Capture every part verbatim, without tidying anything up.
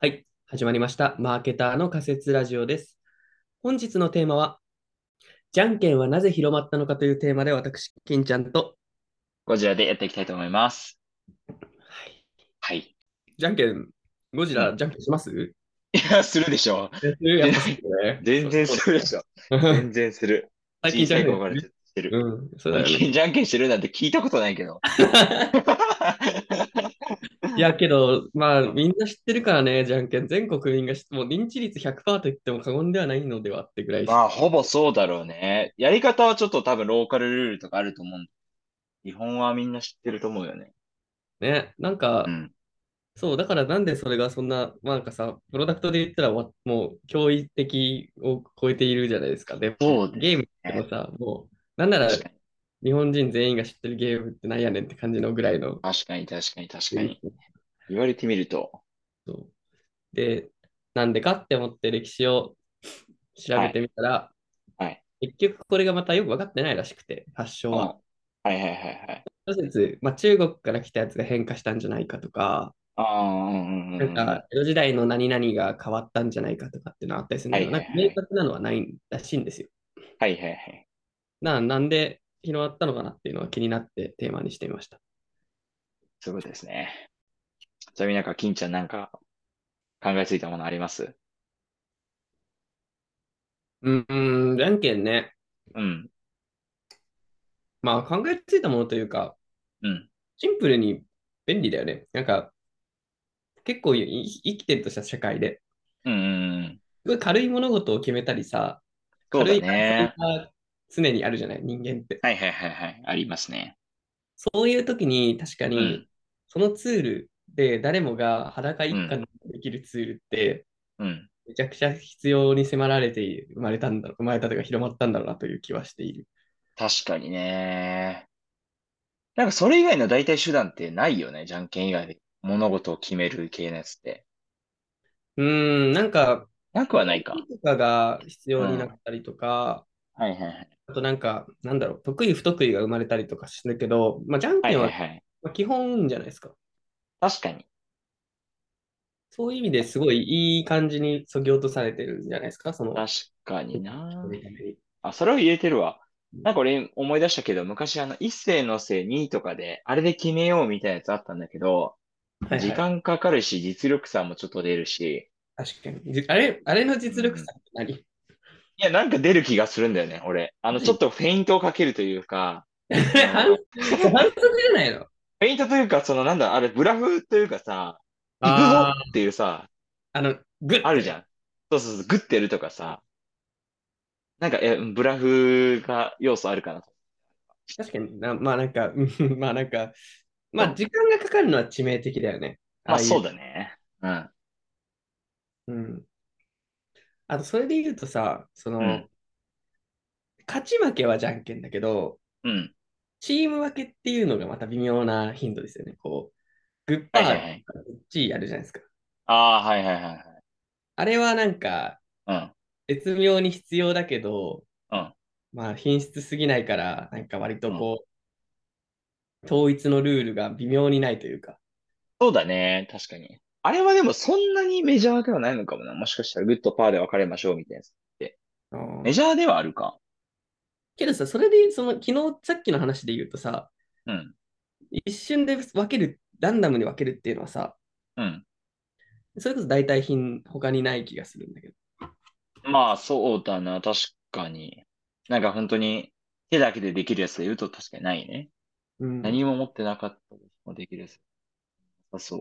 はい、始まりました。マーケターの仮説ラジオです。本日のテーマは、じゃんけんはなぜ広まったのかというテーマで、私、金ちゃんと、 こちらでやっていきたいと思います。 はい、 はい。 じゃんけん、ゴジうん。 ラ、じゃんけんします？ いや、するでしょやするう。 やっぱそうだよね。 全然そそうするでしょ。 だよね。 全然する。 最近じゃ小さんけんする？ い子からずっとしてる。 うん、そうだよね。 最近じゃんけんしてるなんて聞いたことないけど。 いや、けど、まあ、みんな知ってるからね、じゃんけん。全国民が知って、もう認知率ひゃくパーセントと言っても過言ではないのではってぐらい知っまあ、ほぼそうだろうね。やり方はちょっと多分ローカルルールとかあると思うんだ。日本はみんな知ってると思うよね。 ね。なんか、 うん。 そう、だからなんでそれがそんな、まあなんかさ、プロダクトで言ったらわもう驚異的を超えているじゃないですか。でも、 そうですゲームってもね。 さ、もう、なんなら確かに。 日本人全員が知ってるゲームってなんやねんって感じのぐらいの。 確かに、確かに、確かに。言われてみると。 そうで、なんでかって思って歴史を調べてはい。 みたら、 はい。 結局これがまたよく分かってないらしくて、発祥うん。 は。 はいはいはいはい。 諸説、まあ、中国から来たやつが変化したんじゃないかとか、 ああ、うんうんうんうんうん。 なんか、江戸時代の何々が変わったんじゃないかとかっていうのはあったりするんはいだけど、なんか明はいはい。 確なのはないらしいんですよ。 はいはいはい。 な、なんで広がったのかなっていうのは気になってテーマにしてみました。 そういうことですね。ちなみになんか、金ちゃんなんか考えついたものあります？ うーん、じゃんけんね。 うん。 まあ考えついたものというか、 うん。 シンプルに便利だよね。なんか結構い生きてるとした社会で、 うんうんうん。 すごい軽い物事を決めたりさ、 そうだ軽い争いね。 が常にあるじゃない、人間って。 はいはいはいはい。ありますね。 そういう時に確かうん。 に、そのツールで誰もが裸うん。 一貫できるツールって、 うん。 めちゃくちゃ必要に迫られて生まれたんだろう、生まれたというか広まったんだろうなという気はしている。 確かにね。なんかそれ以外の代替手段ってないよね。じゃんけん以外で物事を決める系のやつって。 うーん、なんか、 なくはないか。 とかが必要になっうん。 たりとか、 はいはいはい。 あとなんか、なんだろう、得意不得意が生まれたりとかするけど、まあ、じゃんはけんは、 いはいはい。 まあ、基本じゃないですか。 確かに。 そういう意味ですごいいい感じに削ぎ落とされてるんじゃないですか、その、 確かに人な。 のために。 あ、それを言えてるわ。なんか俺思い出したけど、昔あの、一世のせにとかで、あれで決めようみたいなやつあったんだけど、時はいはい。 間かかるし、実力差もちょっと出るし、 確かに。じあれ、あれの実力うん。 差って何？ いや、なんか出る気がするんだよね、俺。あの、ちょっマジ？ とフェイントをかけるというか、そ反、 の、 それ反則じゃないの？ フェイントというか、そのなんだ、あれ、ブラフというかさ、行くぞあっていうさ、 あ、あの、グッてね。 あるじゃん。そうそうそう、グッてやるとかさ、なんか、え、ブラフが要素あるかなと。 確かにな、まあなんか、うんまあなんか、まあそう。 時間がかかるのは致命的だよね。あまあそうあいう。 だね。うん。 うん。あと、それで言うとさ、そうん。 の、勝ち負けはじゃんけんだけど、 うん。 チーム分けっていうのがまた微妙な頻度ですよね。こう、グッパーとはいはいはい。 かグッチーやるじゃないですか。 ああ、はいはいはいはい。 あれはなんか、 うん。 絶妙に必要だけど、 うん。 まあ品質すぎないから、なんか割うん。 とこう、統一のルールが微妙にないというか。 そうだね。確かに。あれはでもそんなにメジャーではないのかもな。もしかしたらグッドパーで分かれましょうみたいなやつって。 うん。 メジャーではあるか。 けどさ、それで、その、昨日、さっきの話で言うとさ、 うん。 一瞬で分ける、ランダムに分けるっていうのはさ、 うん。 それこそ代替品、他にない気がするんだけど。 まあそうだな。確かに。なんか本当に手だけでできるやつで言うと確かにないね。 うん。 何も持ってなかったですもできるやつ。あ、そう。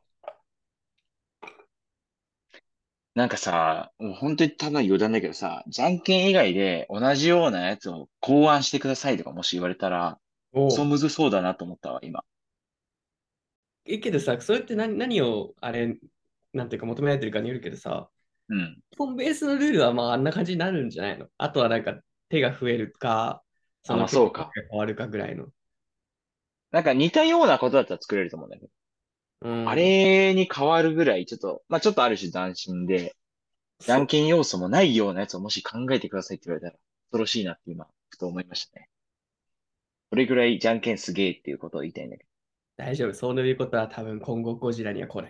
なんかさ、もう本当にただ余談だけどさ、じゃんけん以外で同じようなやつを考案してくださいとかもし言われたら、クソおう。 むずそうだなと思ったわ、今。 え、けどさ、それって何、何を、あれ、なんていうか求められてるかによるけどさ、 うん。 基本ベースのルールはまああんな感じになるんじゃないの？あとはなんか手が増えるか、そあ、まの結果があそうか。 変わるかぐらいの。 なんか似たようなことだったら作れると思うんだけど。あうん。 れに変わるぐらい、ちょっと、まあちょっとある種斬新で、じゃそう。 んけん要素もないようなやつをもし考えてくださいって言われたら、恐ろしいなって今、ふと思いましたね。それぐらいじゃんけんすげえっていうことを言いたいんだけ大丈夫。そういうことは多分今後ゴジラには来ない。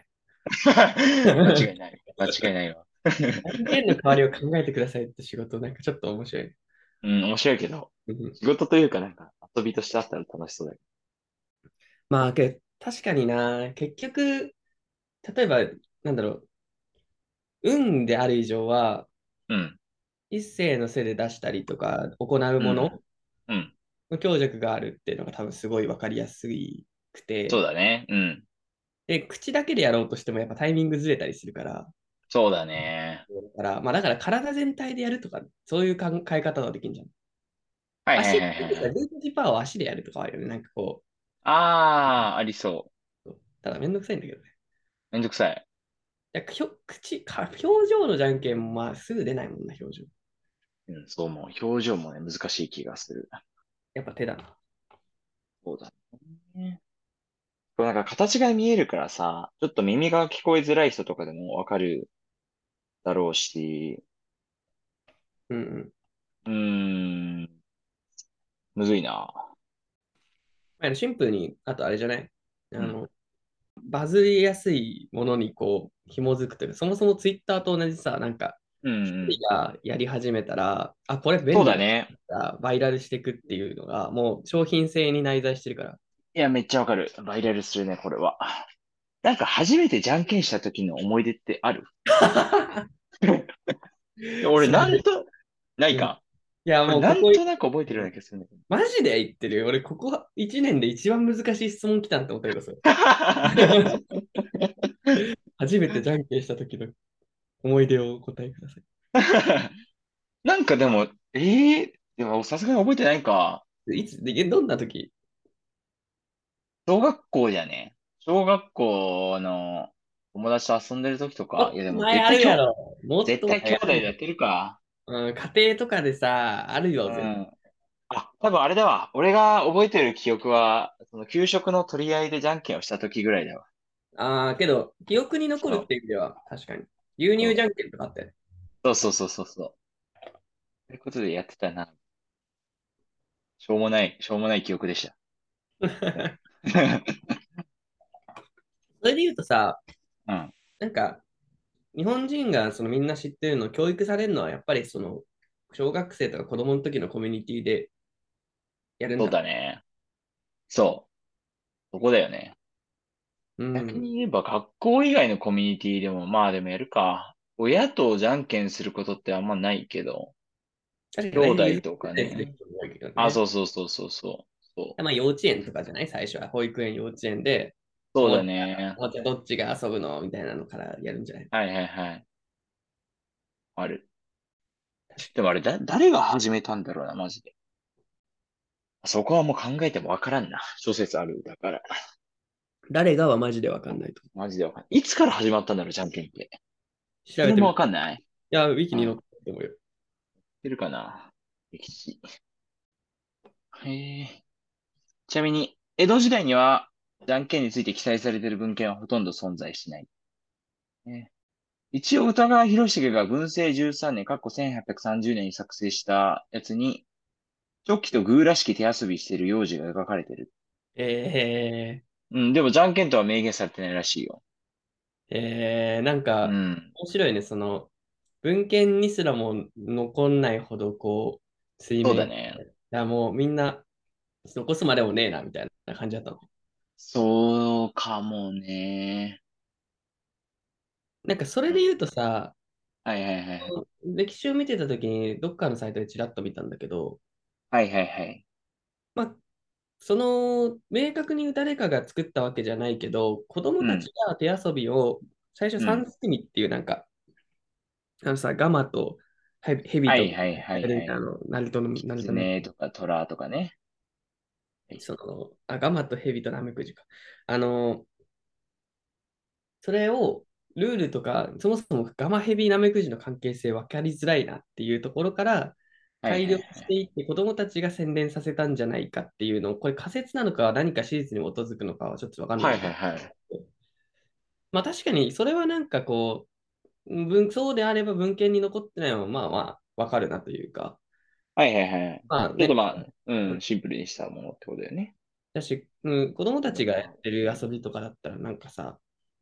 間じ違いない。間違いないわ。 ゃんけんの代わりを考えてくださいって仕事、なんかちょっと面白い。 うん、面白いけど、 うん。 仕事というかなんか遊びとしてあったら楽しそうだけまあ、け確かにな、結局、例えば、なんだろう、運である以上は、 ど。うん、 一斉の背で出したりとか、行ううん、 ものうん。 の強弱があるっていうのが多分すごいわかりやすくて、 そうだね。うん。 で、口だけでやろうとしてもやっぱタイミングずれたりするから、 そうだね。 だから、まあだから体全体でやるとか、そういう考え方ができるんじゃん。足、 はいはいはいはいはい。 ルートジパーを足でやるとかあるよね。なんかこあー、ありそう、ただめんどくさいんだけどね。 う。めんどくさい。 いやひょ口か、表情のじゃんけんもまあすぐ出ないもんな、表情。 うん、そう思う。表情もね、難しい気がする。 やっぱ手だな。 そうだね。こうなんか形が見えるからさ、ちょっと耳が聞こえづらい人とかでもわかるだろうし、 うんうん。 うーん、むずいな。 まあシンプルに、あとあれじゃないあうん。 の、バズりやすいものにこう、紐づくというか、そもそもツイッターと同じさ、なんか、 うんう一人ん。 がやり始めたら、あ、これ便利だ。 そうだね。 バイラルしていくっていうのが、もう商品性に内在してるから。 いや、めっちゃわかる。バイラルするね、これは。なんか初めてじゃんけんした時の思い出ってある？俺、 それ、 なんと、ないうん。いか。 や、 俺、 もうここ、 なんとなく覚えてるような気がするんだけど。 マジで言ってるよ。俺、ここいちねんで一番難しい質問来たんって思ったけど、それ。初めてじゃんけんした時の思い出をお答えください。 なんかでも、ええでもさすがに覚えてないか。 いつ、で、どんな時？ 小学校じゃね。小学校の友達と遊んでる時とか、いやでもっとも前あるや絶対きょ、 ろ。もっ絶と対兄弟で前あるよ。 やってるか。 うん、家庭とかでさ、あるよ、絶うん。あ、多分あれだわ。俺が覚えてる記憶は、その給食の取り合いでじゃんけんをした時ぐらいだわ。 ああ、けど、記憶に残るってそう。 いう意味では、確かに。牛乳じゃんけんとかあったよね。 そうそうそうそうそう。ということでやってたな。しょうもない、しょうもない記憶でした。 それで言うとさ、 うん。 なんか、日本人がそのみんな知ってるの、教育されるのは、やっぱりその、小学生とか子供の時のコミュニティでやるんそうだ。 だね。そう。そこだよね。 うん。 逆に言えば学校以外のコミュニティでも、まあでもやるか。親とじゃんけんすることってあんまないけど、 確かにね、譲っ兄弟とかたりするね。 人も多いけどあ、そね。 うそうそうそうそう。そう。 まあ、幼稚園とかじゃない最初は。保育園、幼稚園で、おそうだもちね。 ゃ、おもちゃどっちが遊ぶのみたいなのからやるんじゃない？ はいはいはい。ある。 確かに。 でもあれ、だ、誰が始めたんだろうな、マジで。そこはもう考えてもわからんな。諸説ある。だから。 誰がはマジでわかんないと。 マジでわかんない。いつから始まったんだろう、じゃんけんって。それもわ調べてみる。 かんない。 いや、ウィキうん。知っに載ってると思うよ。 てるかな。歴史。へえ。ちなみに、江戸時代には、じゃんけんについて記載されている文献はほとんど存在しない。ね、一応、歌川広重が文政じゅうさんねん、かっこせんはっぴゃくさんじゅうねんに作成したやつに、チョッキとグーらしき手遊びしている幼児が描かれてる。 えうん、でも、じゃんけんとは明言されてないらしいよ。 ー、えー、なんか、 うん。 面白いね。その、文献にすらも残んないほど、こう、水面。いそうだね。 や、もうみんな、残すまでもねえな、みたいな感じだったの。 そうかもね。 なんか、それで言うとさ、 はいはいはい。 歴史を見てた時に、どっかのサイトでちらっと見たんだけど、 はいはいはい。 まあ、その、明確に誰かが作ったわけじゃないけど、子供たちうん。 が手遊びを最初うん。 さん組っていうなんか、あのさ、ガマとヘビヘビとはいはいはやいはい。 るみたいなの、ナルトの、ナルトの、 狐とか虎とかね。はい。 その、あ、ガマとヘビとナメクジか。あの、それを、ルールとか、そもそもガマヘビナメクジの関係性分かりづらいなっていうところから、 はい改良しはいはい。 ていって子供たちが洗練させたんじゃないかっていうのを、これ仮説なのか何か史実に基づくのかはちょっと分かんないはいんだけど、 はいはい。 まあ確かにそれはなんかこう、文そうであれば文献に残ってないのはまあまあ分かるなというか、 はいはいはい。 まあね、 ちょっとまあ、うん、シンプルにしたものってことだよね。 だし、うん、子供たちがやそうだね。 ってる遊びとかだったらなんかさ、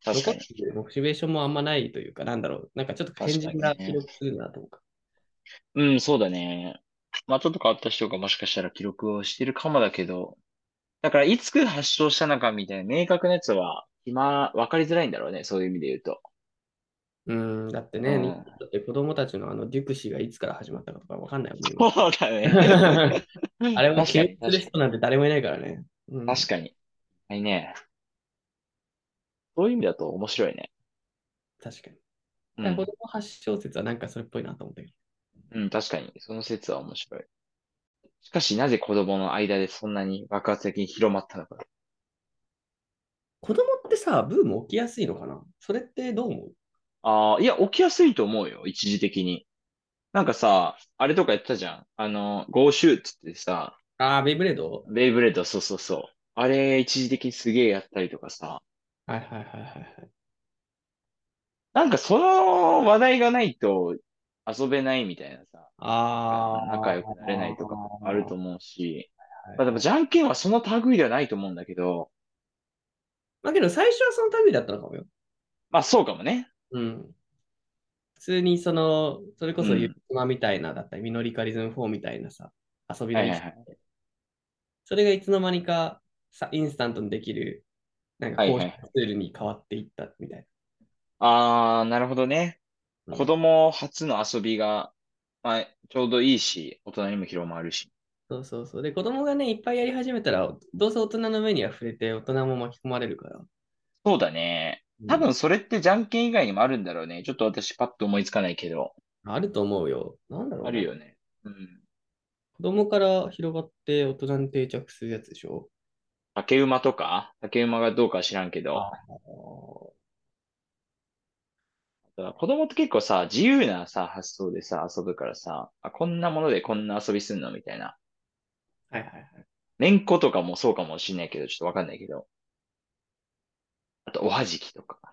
残っ確かに。 てるモチベーションもあんまないというか、なんだろう。なんかちょっと変確か人にね。 が記録するなと思うか。 うん、そうだね。まあ、ちょっと変わった人がもしかしたら記録をしてるかもだけど、だからいつ発症したのかみたいな明確なやつは、今、わかりづらいんだろうね。そういう意味で言うと。 うん、だってね、日うん。 本だって子供たちのあのデュクシーがいつから始まったかとかわかんないもん、今。 そうだね。 あれも記憶確かに、確かに。 する人なんて誰もいないからね。うん、 確かに。はいね。そういう意味だと面白いね。 確かに。 うん。 だから子供発祥説はなんかそれっぽいなと思ったけど。 うん、確かに。その説は面白い。しかし、なぜ子供の間でそんなに爆発的に広まったのか。 子供ってさ、ブーム起きやすいのかな？それってどう思う？ ああ、いや、起きやすいと思うよ。一時的に。なんかさ、あれとかやってたじゃん。あの、ゴーシューっつってさ、 ああー、ベイブレード。 ベイブレード、そうそうそう。あれ、一時的にすげえやったりとかさ。 はいはいはいはいはい。 なんかその話題がないと遊べないみたいなさ。なんかあ仲良くなれないとかもあるとあ、 思うし。 はいはい。 まあでもじゃんけんはその類ではないと思うんだけど、 まあけど最初はその類だったのかもよ。 まあそうかもね。 うん。普通にその、それこそユーうん。 マみたいなだったり、ミノリカリズムフォーみたいなさ、遊びの域。 はいはいはい。 それがいつの間にかさ、インスタントにできる、なんか公式はいはい。 ツールに変わっていったみたいあー、なるほどね。 な。う子ん。 供初の遊びが、まあ、ちょうどいいし、大人にも広まるし。 そうそうそう。で、子供がね、いっぱいやり始めたら、どうせ大人の目には触れて、大人も巻き込まれるから。 そうだね。 うん。 多分それってじゃんけん以外にもあるんだろうね。ちょっと私パッと思いつかないけど。 あると思うよ。なんだろうね。 あるよね。うん。 子供から広がって大人に定着するやつでしょ？ 竹馬とか竹馬がどうかは知らんけど。 ああ。 だから子供って結構さ、自由なさ、発想でさ、遊ぶからさ、あ、こんなものでこんな遊びすんのみたいな。 はいはいはい。 めんことかもそうかもしんないけど、ちょっとわかんないけど。あと、おはじきとか。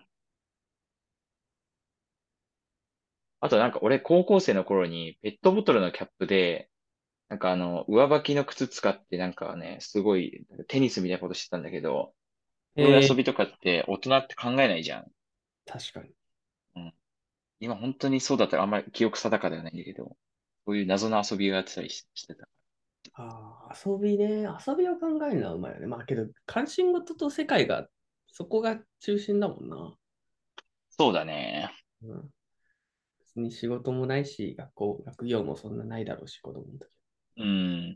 あとなんか俺高校生の頃にペットボトルのキャップで、なんかあの、上履きの靴使ってなんかね、すごいテニスみたいなことしてたんだけど、そういうえー、 遊びとかって大人って考えないじゃん。 確かに。 うん。今本当にそうだったらあんまり記憶定かではないんだけど、そういう謎の遊びをやってたりししてた。 ああ、遊びね。遊びを考えるのはうまいよね。まあけど、関心事と世界が、そこが中心だもんな。 そうだね。 うん。別に仕事もないし、学校、学業もそんなないだろうし、子供の時。 うん。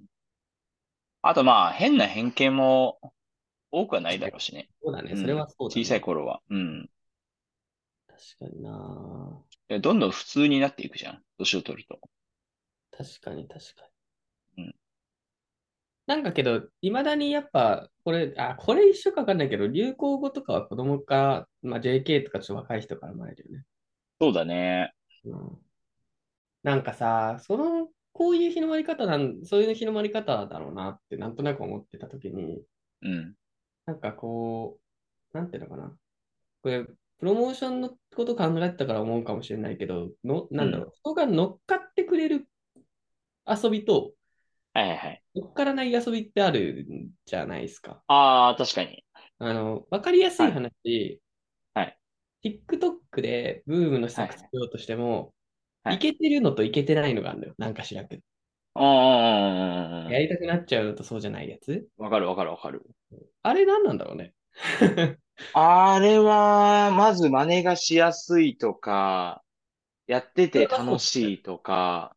あとまあ、変な偏見も多くはない確かに。 だろうしね。 そうだね。 うん。 それはそうだ小さいね。 頃は。うん。 確かにな。 でどんどん普通になっていくじゃん。年を取ると。 確かに確かに。 うん。 なんかけど、いまだにやっぱ、これ、あ、これ一緒かわかんないけど、流行語とかは子供から、まあ ジェーケー とかちょっと若い人から生まれるよね。 そうだね。 うん。なんかさ、その、こういう広まり方なん、そういう広まり方だろうなってなんとなく思ってたときに、 うん。 なんかこう、なんていうのかな。これ、プロモーションのこと考えてたから思うかもしれないけど、の、 うん。 なんだろう、人が乗っかってくれる遊びと、 はいはいはい。 乗っからない遊びってあるんじゃないですか。 ああ、確かに。 あの、わかりやすいはい。 話、 はい。 TikTok でブームの施はい。 策作ろうとしても、 はい。 いけてるのといけてないのがあるんだよ。なんかしらけど。 うんうんうんうんうん。 やりたくなっちゃうのとそうじゃないやつ。 わかるわかるわかる。 あれ何なんだろうね。 あれは、まず真似がしやすいとか、やってそれて楽はそうだね。 しいとか、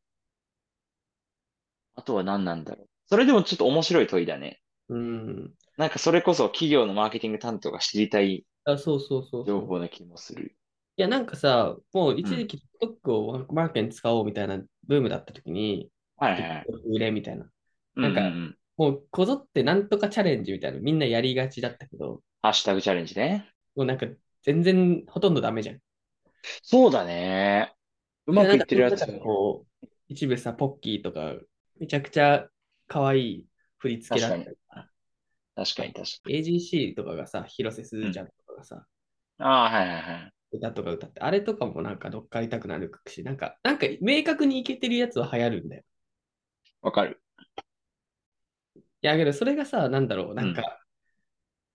あとは何なんだろう。それでもちょっと面白い問いだね。 うん。 なんかそれこそ企業のマーケティング担当が知りたいあ、そうそうそうそう。 情報な気もする。 いや、なんかさ、もううん。 一時期 TikTok をマーケに使おうみたいなブームだった時に、 はいはいはい。 TikTok 売れみたいな。 うんうんうなんか、 ん。 もうこぞってなんとかチャレンジみたいな、みんなやりがちだったけど、 ハッシュタグチャレンジね。 もうなんか全然ほとんどダメじゃん。 そうだね。うけどなんまくいってかその中でるやつは、 こう、一部さ、ポッキーとか、めちゃくちゃ可愛い振り付けだ確かに。 ったりさ、 確かに確かエージーシー とかがさ、広瀬すに。うん。 ずちゃんとかがさ、 ああ、はいはいはい。 歌とか歌って、あれとかもなんか乗っかりたくなるし、なんか、なんか明確にイケてるやつは流行るんだよ。 わかる。 いや、けどそれがさ、なんだろう、 うん。 なんか、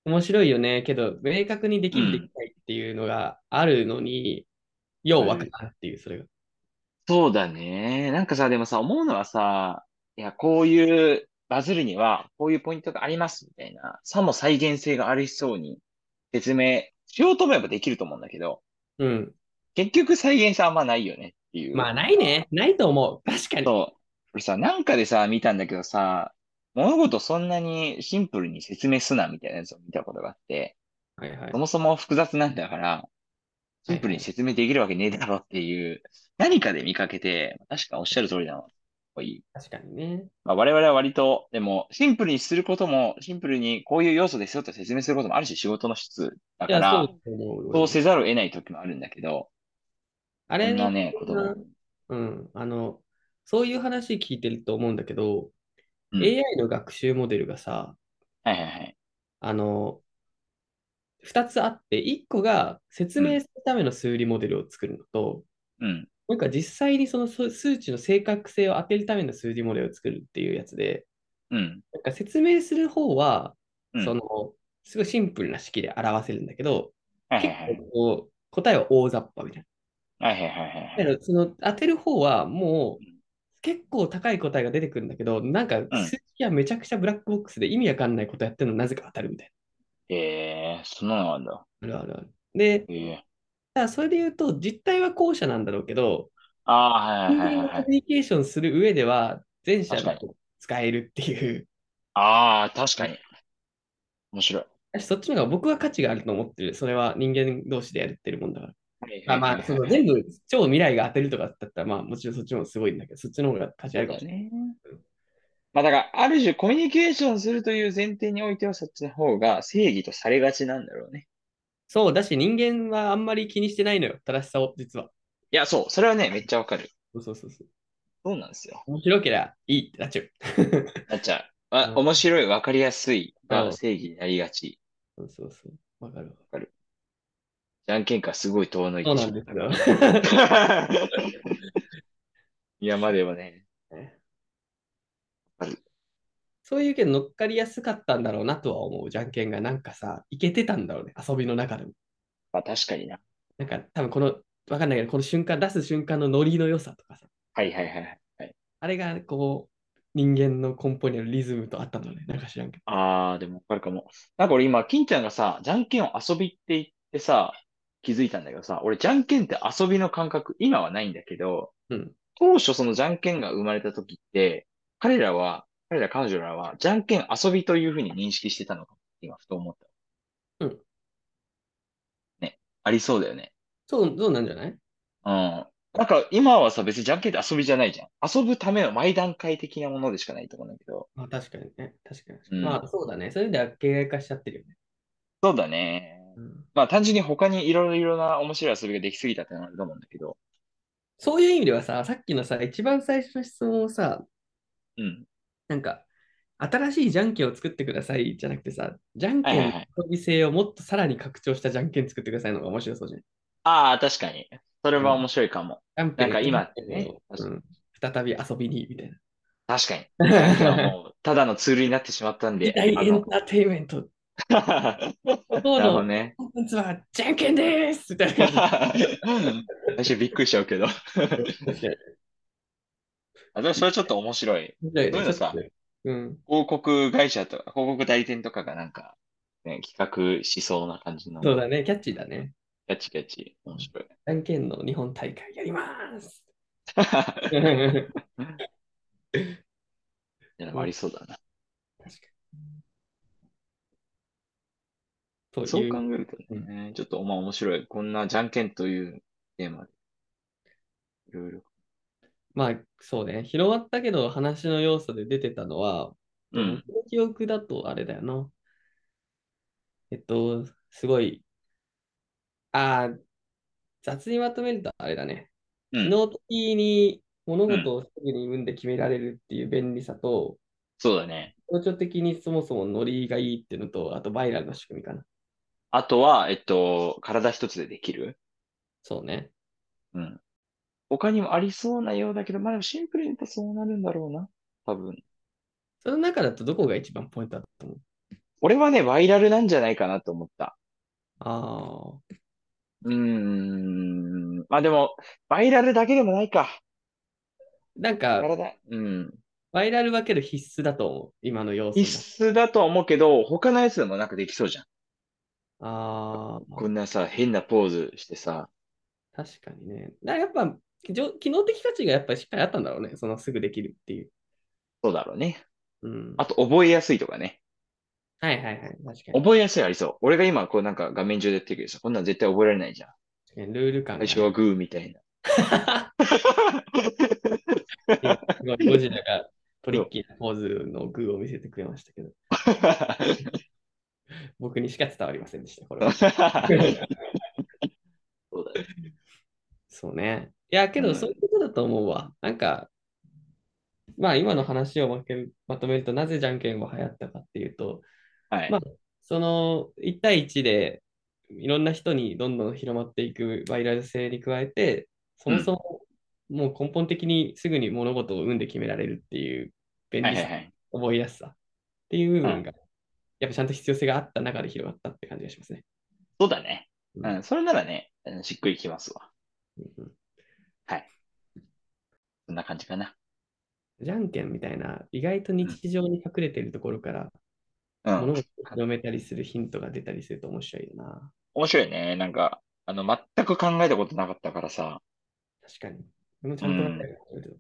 面白いよね。けど、明確にできる、できうん。 ないっていうのがあるのに、ようわかわかる。 らんっていう、それが。 そうだね。なんかさ、でもさ、思うのはさ、いや、こういうバズるには、こういうポイントがありますみたいな、さも再現性がありそうに説明しようと思えばできると思うんだけど、 うん。 結局再現性あんまないよねっていうまあ、 のが、 ないね。ないと思う。確かに。 そう。俺さ、なんかでさ、見たんだけどさ、物事そんなにシンプルに説明すなみたいなやつを見たことがあって、 はいはい。 そもそも複雑なんだから、シンプルにはいはい。 説明できるわけねえだろっていう、何かで見かけて、確かおっしゃる通りなの。 確かにね。 まあ、我々は割と、でも、シンプルにすることも、シンプルにこういう要素ですよと説明することもあるし仕事の質だいや、そうから、 と思う、俺も。 そうせざるを得ない時もあるんだけど、 あれに、 こんなね、ことも。 うん、あの、そういう話聞いてると思うんだけど、 うん。 エーアイ の学習モデルがさ、 はいはいはい。 あの、ふたつあって、いっこが説うん。 明するための数理モデルを作るのと、 うん。 もういっこは実際にその数数値の正確性を当てるための数理モデルを作るっていうやつで、 うん。 なんか説明する方は、 うん。 その、すごいシンプルな式で表せるんだけど、結構はいはいはい。 こう、答えは大雑把みたいな。 はいはいはいはいはい。 だけど、その当てる方はもううん。 結構高い答えが出てくるんだけど、なんかうん。 数式はめちゃくちゃブラックボックスで意味わかんないことやってるのなぜか当たるみたいえー、そんなのあんだ。 な。あるあるある。で、 えー。 ただそれで言うと、実態は後者なんだろうけど、 ああ、はい人はいはいはいはい。 間がコミュニケーションする上では、前者だ確かに。 と使えるっていう。 ああ、確かに。面白い。 私そっちの方が僕は価値があると思ってる。それは人間同士でやってるもんだから。 はいはいはいあまあ、そはいはい。 の全部超未来が当てるとかだったら、まあもちろんそっちの方がすごいんだけど、そっちの方が価値あるかもしれそうだね。 ない。 まあだから、ある種コミュニケーションするという前提においてはそっちの方が正義とされがちなんだろうね。 そうだし、人間はあんまり気にしてないのよ。正しさを、実は。 いや、そう。それはね、めっちゃわかる。 そうそうそうそう。 そうなんですよ。 面白けりゃいいってなっちゃう。 なっちゃう。あ、 うん、 面白い、わかりやすいがそ正義になりがち。 うそうそうそう。わかるわ。 わかる。じゃんけんかすごい遠のいそうてしなんですよ。 まったが。山ではね、わかる。 そういうけど乗っかりやすかったんだろうなとは思う。じゃんけんがなんかさ、いけてたんだろうね。遊びの中でも。 まあ確かにな。 なんか多分この、わかんないけど、この瞬間、出す瞬間のノリの良さとかさ。 はいはいはいはい。 あれがこう、人間の根本にあるリズムとあったんだろうね。なんか知らんけど。 あー、でもわかるかも。なんか俺今、金ちゃんがさ、じゃんけんを遊びって言ってさ、気づいたんだけどさ、俺じゃんけんって遊びの感覚、今はないんだけど、 うん。 当初そのじゃんけんが生まれた時って、彼らは、彼ら彼女らは、じゃんけん遊びというふうに認識してたのかって今ふと思った。 うん。 ね。ありそうだよね。 そう、そうなんじゃない？ うん。なんか今はさ、別にじゃんけんって遊びじゃないじゃん。遊ぶための毎段階的なものでしかないと思うんだけど。 まあ確かにね。確かに。 うん。 まあそうだね。そういう意味では形骸化しちゃってるよね。 そうだね。 うん、 まあ単純に他にいろいろな面白い遊びができすぎたってのはあると思うんだけど。 そういう意味ではさ、さっきのさ、一番最初の質問をさ、 うん。 なんか、新しいじゃんけんを作ってくださいじゃなくてさ、じゃんけんのはいはいはい。 遊び性をもっとさらに拡張したじゃんけん作ってくださいの方が面白そうじゃん。 ああ、確かに。それうん。 は面白いかも。 キャンペーン、じゃんなんか今ってね。 けんを、うん、再び遊びに、みたいな。 確かに。じゃんけんはもう、ただのツールになってしまったん時で、あの、 代エンターテインメント。今日なるほどのね。 コンテンツはじゃんけんですみたいな感じ。 最初びっくりしちゃうけど。 確かに。 あ、でもそれちょっと面白い。 面白いね。 そういうのさ、 ちょっとね。うん。 広告会社とか、広告代理店とかがなんか、ね、企画しそうな感じの、 そうだね。キャッチーだね。 キャッチキャッチ、面白い。 じゃんけんの日本大会やります。 いや、でもあうん、 りそうだな。 確かに。とそういう。 考えるとうん、 ね、ちょっとまあ面白い。こんなじゃんけんというテーマで、いろいろ。 まあ、そうね。広がったけど、話の要素で出てたのは、と僕うん、 の記憶だとあれだよな。えっと、すごい、ああ、雑にまとめるとあれだね。 うん、 機能的に物うん。 事をすぐに自分で決められるっていう便利さと、 そうだね。 象徴的にそもそもノリがいいっていうのと、あとバイラルの仕組みかな。 あとは、えっと、体一つでできる。 そうね。 うん。他にもありそうなようだけど、まあでもシンプルに言うとそうなるんだろうな。多分。 その中だとどこが一番ポイントだと思う？ 俺はね、ワイラルなんじゃないかなと思った。 ああ、 うーん。まあでも、バイラルだけでもないか。 なんか、 体、うん。 バイラル分ける必須だと思う。今の要素の中。 必須だとは思うけど、他のやつでもなんかできそうじゃん。 ああ、 こんなさ、変なポーズしてさ、 確かにね。だからやっぱ、じょ機能的価値がやっぱりしっかりあったんだろうね。そのすぐできるっていう。 そうだろうね。 うん。 あと、覚えやすいとかね。 はいはいはい。確かに。 覚えやすいありそう。俺が今、こうなんか画面上でやってるけどさ、こんなん絶対覚えられないじゃん。 確かにルール感がね。 最初はグーみたいな。 今、すごいゴジラがトリッそうキーなポーズのグーを見せてくれましたけど、僕にしか伝わりませんでした、これは。 そうだね。 そうね。いや、けどそういううん。 ことだと思うわ。なんか、まあ今の話をまけるまとめると、なぜじゃんけんが流行ったかっていうと、 はい。 まあ、そのいち対いちでいろんな人にどんどん広まっていくバイラル性に加えて、そうん。 もそももう根本的にすぐに物事を生んで決められるっていう便利さ、 はいはいはい。 覚えやすさっていう部うん。 分が、やっぱちゃんと必要性があった中で広がったって感じがしますね。 そうだね。 うん。 うん。それならね、うんしっくりきますわ。 うんうん。 はい。そんな感じかな。 じゃんけんみたいな、意外とうん。 日常に隠れているところからうん。 物事を広めたりするヒントが出たりすると面白いよな。 面白いね。なんか、あの、全く考えたことなかったからさ。 確かに。でもちゃんと考えうん。 る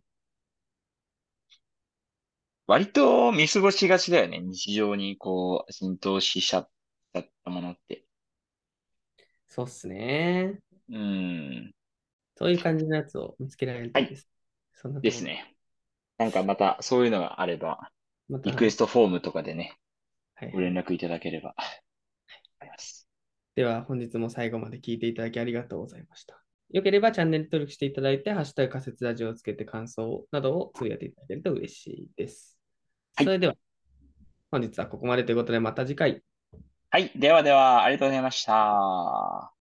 割と見過ごしがちだよね。日常にこう、浸透しちゃったものって。 そうっすね。 うん。 そういう感じのやつを見つけられるはい。 といいです。そんなところ。 ですね。なんかまたそういうのがあれば、 また、 リクエはい。 ストフォームとかでね、ごはいはい。 連絡いただければ。あります。 では、本日も最後まで聞いていただきありがとうございました。よければチャンネル登録していただいて、ハッシュタグ仮説ラジオをつけて感想などをつぶやいていただけると嬉しいです。 はい。 それでは、本日はここまでということで、また次回。 はい。ではでは、ありがとうございました。